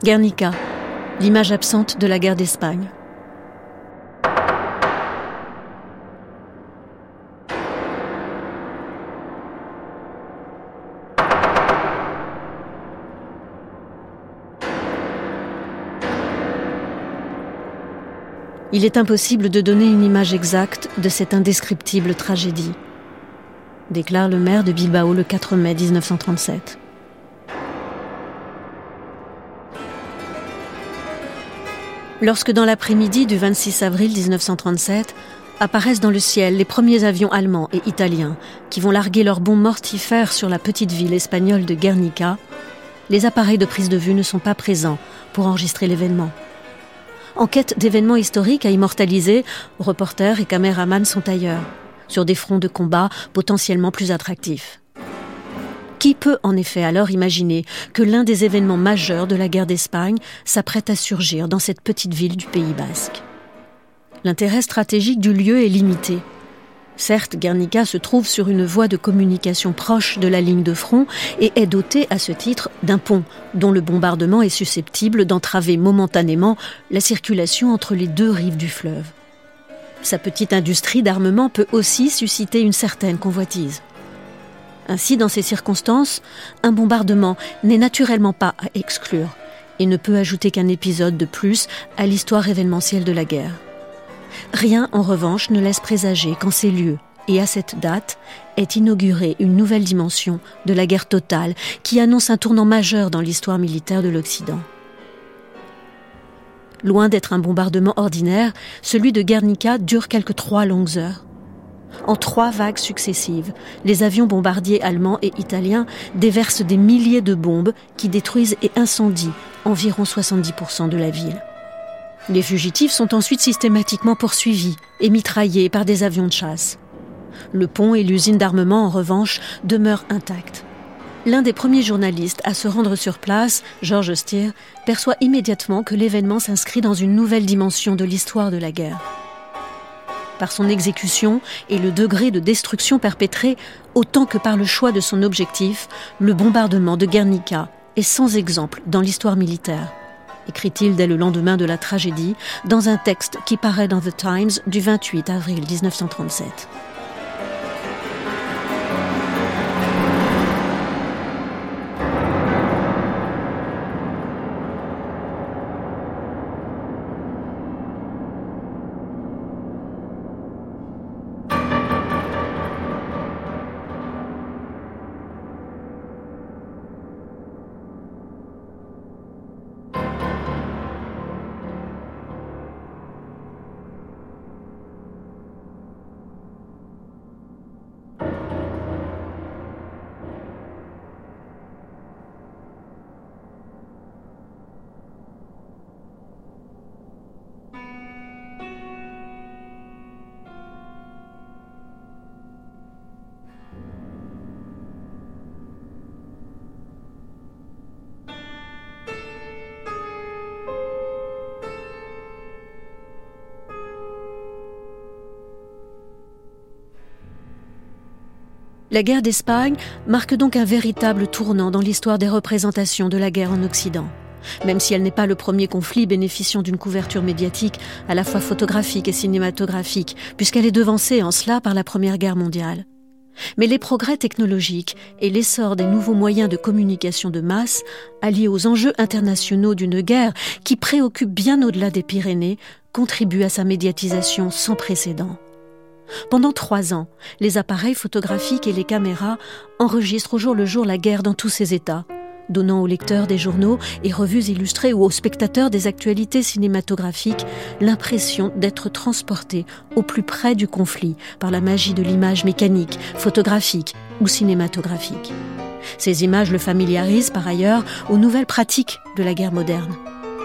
Guernica, l'image absente de la guerre d'Espagne. Il est impossible de donner une image exacte de cette indescriptible tragédie, déclare le maire de Bilbao le 4 mai 1937. Lorsque dans l'après-midi du 26 avril 1937, apparaissent dans le ciel les premiers avions allemands et italiens qui vont larguer leurs bombes mortifères sur la petite ville espagnole de Guernica, les appareils de prise de vue ne sont pas présents pour enregistrer l'événement. En quête d'événements historiques à immortaliser, reporters et caméramans sont ailleurs, sur des fronts de combat potentiellement plus attractifs. Qui peut en effet alors imaginer que l'un des événements majeurs de la guerre d'Espagne s'apprête à surgir dans cette petite ville du Pays basque ? L'intérêt stratégique du lieu est limité. Certes, Guernica se trouve sur une voie de communication proche de la ligne de front et est dotée à ce titre d'un pont dont le bombardement est susceptible d'entraver momentanément la circulation entre les deux rives du fleuve. Sa petite industrie d'armement peut aussi susciter une certaine convoitise. Ainsi, dans ces circonstances, un bombardement n'est naturellement pas à exclure et ne peut ajouter qu'un épisode de plus à l'histoire événementielle de la guerre. Rien, en revanche, ne laisse présager qu'en ces lieux, et à cette date, est inaugurée une nouvelle dimension de la guerre totale qui annonce un tournant majeur dans l'histoire militaire de l'Occident. Loin d'être un bombardement ordinaire, celui de Guernica dure quelques 3 longues heures. En 3 vagues successives, les avions bombardiers allemands et italiens déversent des milliers de bombes qui détruisent et incendient environ 70% de la ville. Les fugitifs sont ensuite systématiquement poursuivis et mitraillés par des avions de chasse. Le pont et l'usine d'armement, en revanche, demeurent intacts. L'un des premiers journalistes à se rendre sur place, Georges Stier, perçoit immédiatement que l'événement s'inscrit dans une nouvelle dimension de l'histoire de la guerre. Par son exécution et le degré de destruction perpétré, autant que par le choix de son objectif, le bombardement de Guernica est sans exemple dans l'histoire militaire, écrit-il dès le lendemain de la tragédie, dans un texte qui paraît dans The Times du 28 avril 1937. La guerre d'Espagne marque donc un véritable tournant dans l'histoire des représentations de la guerre en Occident. Même si elle n'est pas le premier conflit bénéficiant d'une couverture médiatique à la fois photographique et cinématographique, puisqu'elle est devancée en cela par la Première Guerre mondiale. Mais les progrès technologiques et l'essor des nouveaux moyens de communication de masse, alliés aux enjeux internationaux d'une guerre qui préoccupe bien au-delà des Pyrénées, contribuent à sa médiatisation sans précédent. Pendant 3 ans, les appareils photographiques et les caméras enregistrent au jour le jour la guerre dans tous ses états, donnant aux lecteurs des journaux et revues illustrées ou aux spectateurs des actualités cinématographiques l'impression d'être transportés au plus près du conflit par la magie de l'image mécanique, photographique ou cinématographique. Ces images le familiarisent par ailleurs aux nouvelles pratiques de la guerre moderne.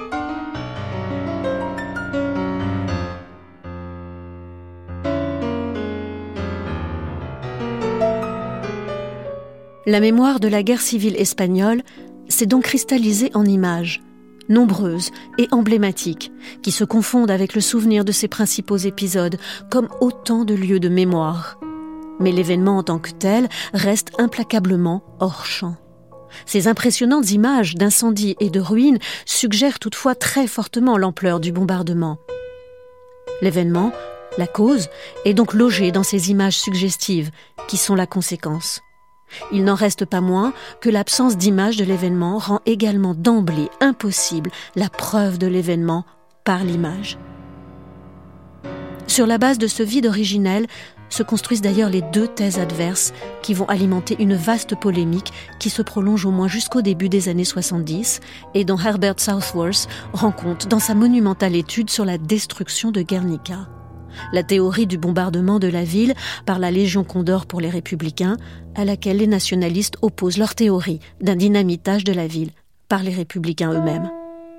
La mémoire de la guerre civile espagnole s'est donc cristallisée en images, nombreuses et emblématiques, qui se confondent avec le souvenir de ses principaux épisodes comme autant de lieux de mémoire. Mais l'événement en tant que tel reste implacablement hors champ. Ces impressionnantes images d'incendies et de ruines suggèrent toutefois très fortement l'ampleur du bombardement. L'événement, la cause, est donc logée dans ces images suggestives qui sont la conséquence. Il n'en reste pas moins que l'absence d'image de l'événement rend également d'emblée impossible la preuve de l'événement par l'image. Sur la base de ce vide originel se construisent d'ailleurs les deux thèses adverses qui vont alimenter une vaste polémique qui se prolonge au moins jusqu'au début des années 70 et dont Herbert Southworth rend compte dans sa monumentale étude sur la destruction de Guernica. La théorie du bombardement de la ville par la Légion Condor pour les Républicains, à laquelle les nationalistes opposent leur théorie d'un dynamitage de la ville par les Républicains eux-mêmes.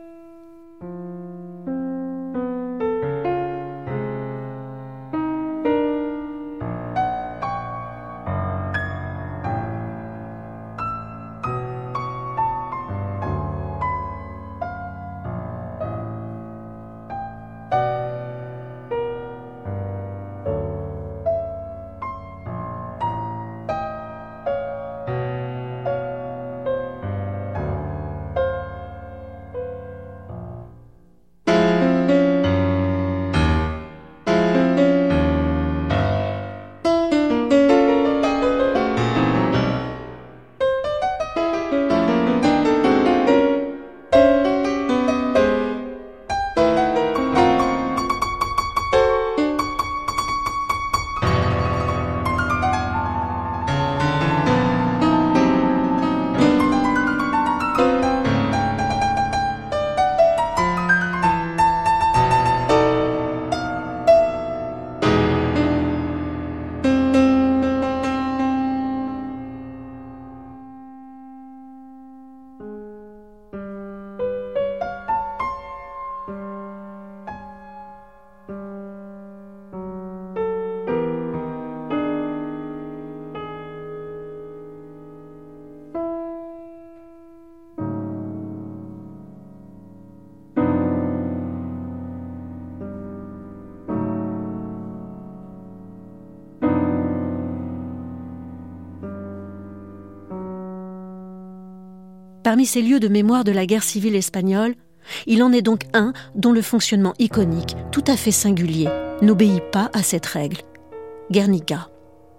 Parmi ces lieux de mémoire de la guerre civile espagnole, il en est donc un dont le fonctionnement iconique, tout à fait singulier, n'obéit pas à cette règle. Guernica.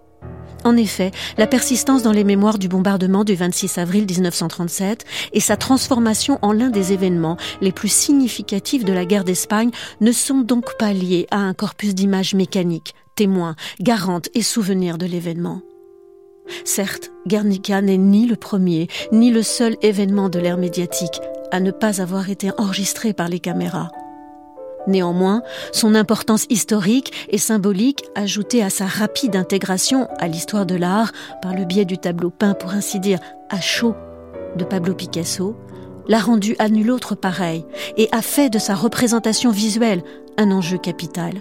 En effet, la persistance dans les mémoires du bombardement du 26 avril 1937 et sa transformation en l'un des événements les plus significatifs de la guerre d'Espagne ne sont donc pas liées à un corpus d'images mécaniques, témoins, garantes et souvenirs de l'événement. Certes, Guernica n'est ni le premier, ni le seul événement de l'ère médiatique à ne pas avoir été enregistré par les caméras. Néanmoins, son importance historique et symbolique, ajoutée à sa rapide intégration à l'histoire de l'art par le biais du tableau peint, pour ainsi dire, à chaud de Pablo Picasso, l'a rendu à nul autre pareil et a fait de sa représentation visuelle un enjeu capital.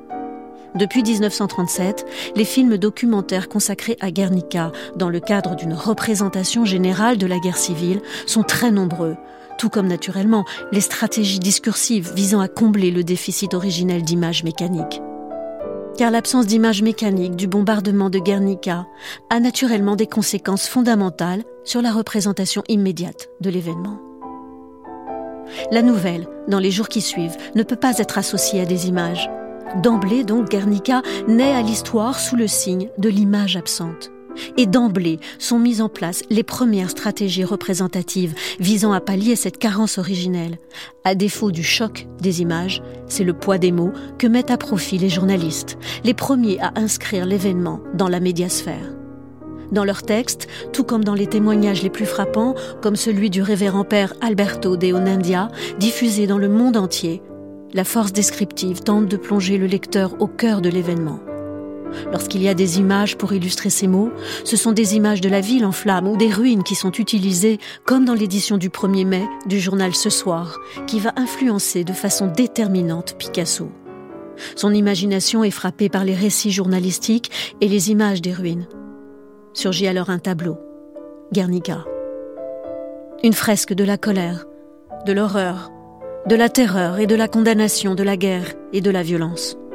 Depuis 1937, les films documentaires consacrés à Guernica, dans le cadre d'une représentation générale de la guerre civile, sont très nombreux, tout comme naturellement les stratégies discursives visant à combler le déficit originel d'images mécaniques. Car l'absence d'images mécaniques du bombardement de Guernica a naturellement des conséquences fondamentales sur la représentation immédiate de l'événement. La nouvelle, dans les jours qui suivent, ne peut pas être associée à des images. D'emblée, donc, Guernica naît à l'histoire sous le signe de l'image absente. Et d'emblée sont mises en place les premières stratégies représentatives visant à pallier cette carence originelle. À défaut du choc des images, c'est le poids des mots que mettent à profit les journalistes, les premiers à inscrire l'événement dans la médiasphère. Dans leurs textes, tout comme dans les témoignages les plus frappants, comme celui du révérend père Alberto de Onandia, diffusé dans le monde entier, la force descriptive tente de plonger le lecteur au cœur de l'événement. Lorsqu'il y a des images pour illustrer ces mots, ce sont des images de la ville en flammes ou des ruines qui sont utilisées, comme dans l'édition du 1er mai du journal Ce Soir, qui va influencer de façon déterminante Picasso. Son imagination est frappée par les récits journalistiques et les images des ruines. Surgit alors un tableau, Guernica. Une fresque de la colère, de l'horreur, de la terreur et de la condamnation de la guerre et de la violence.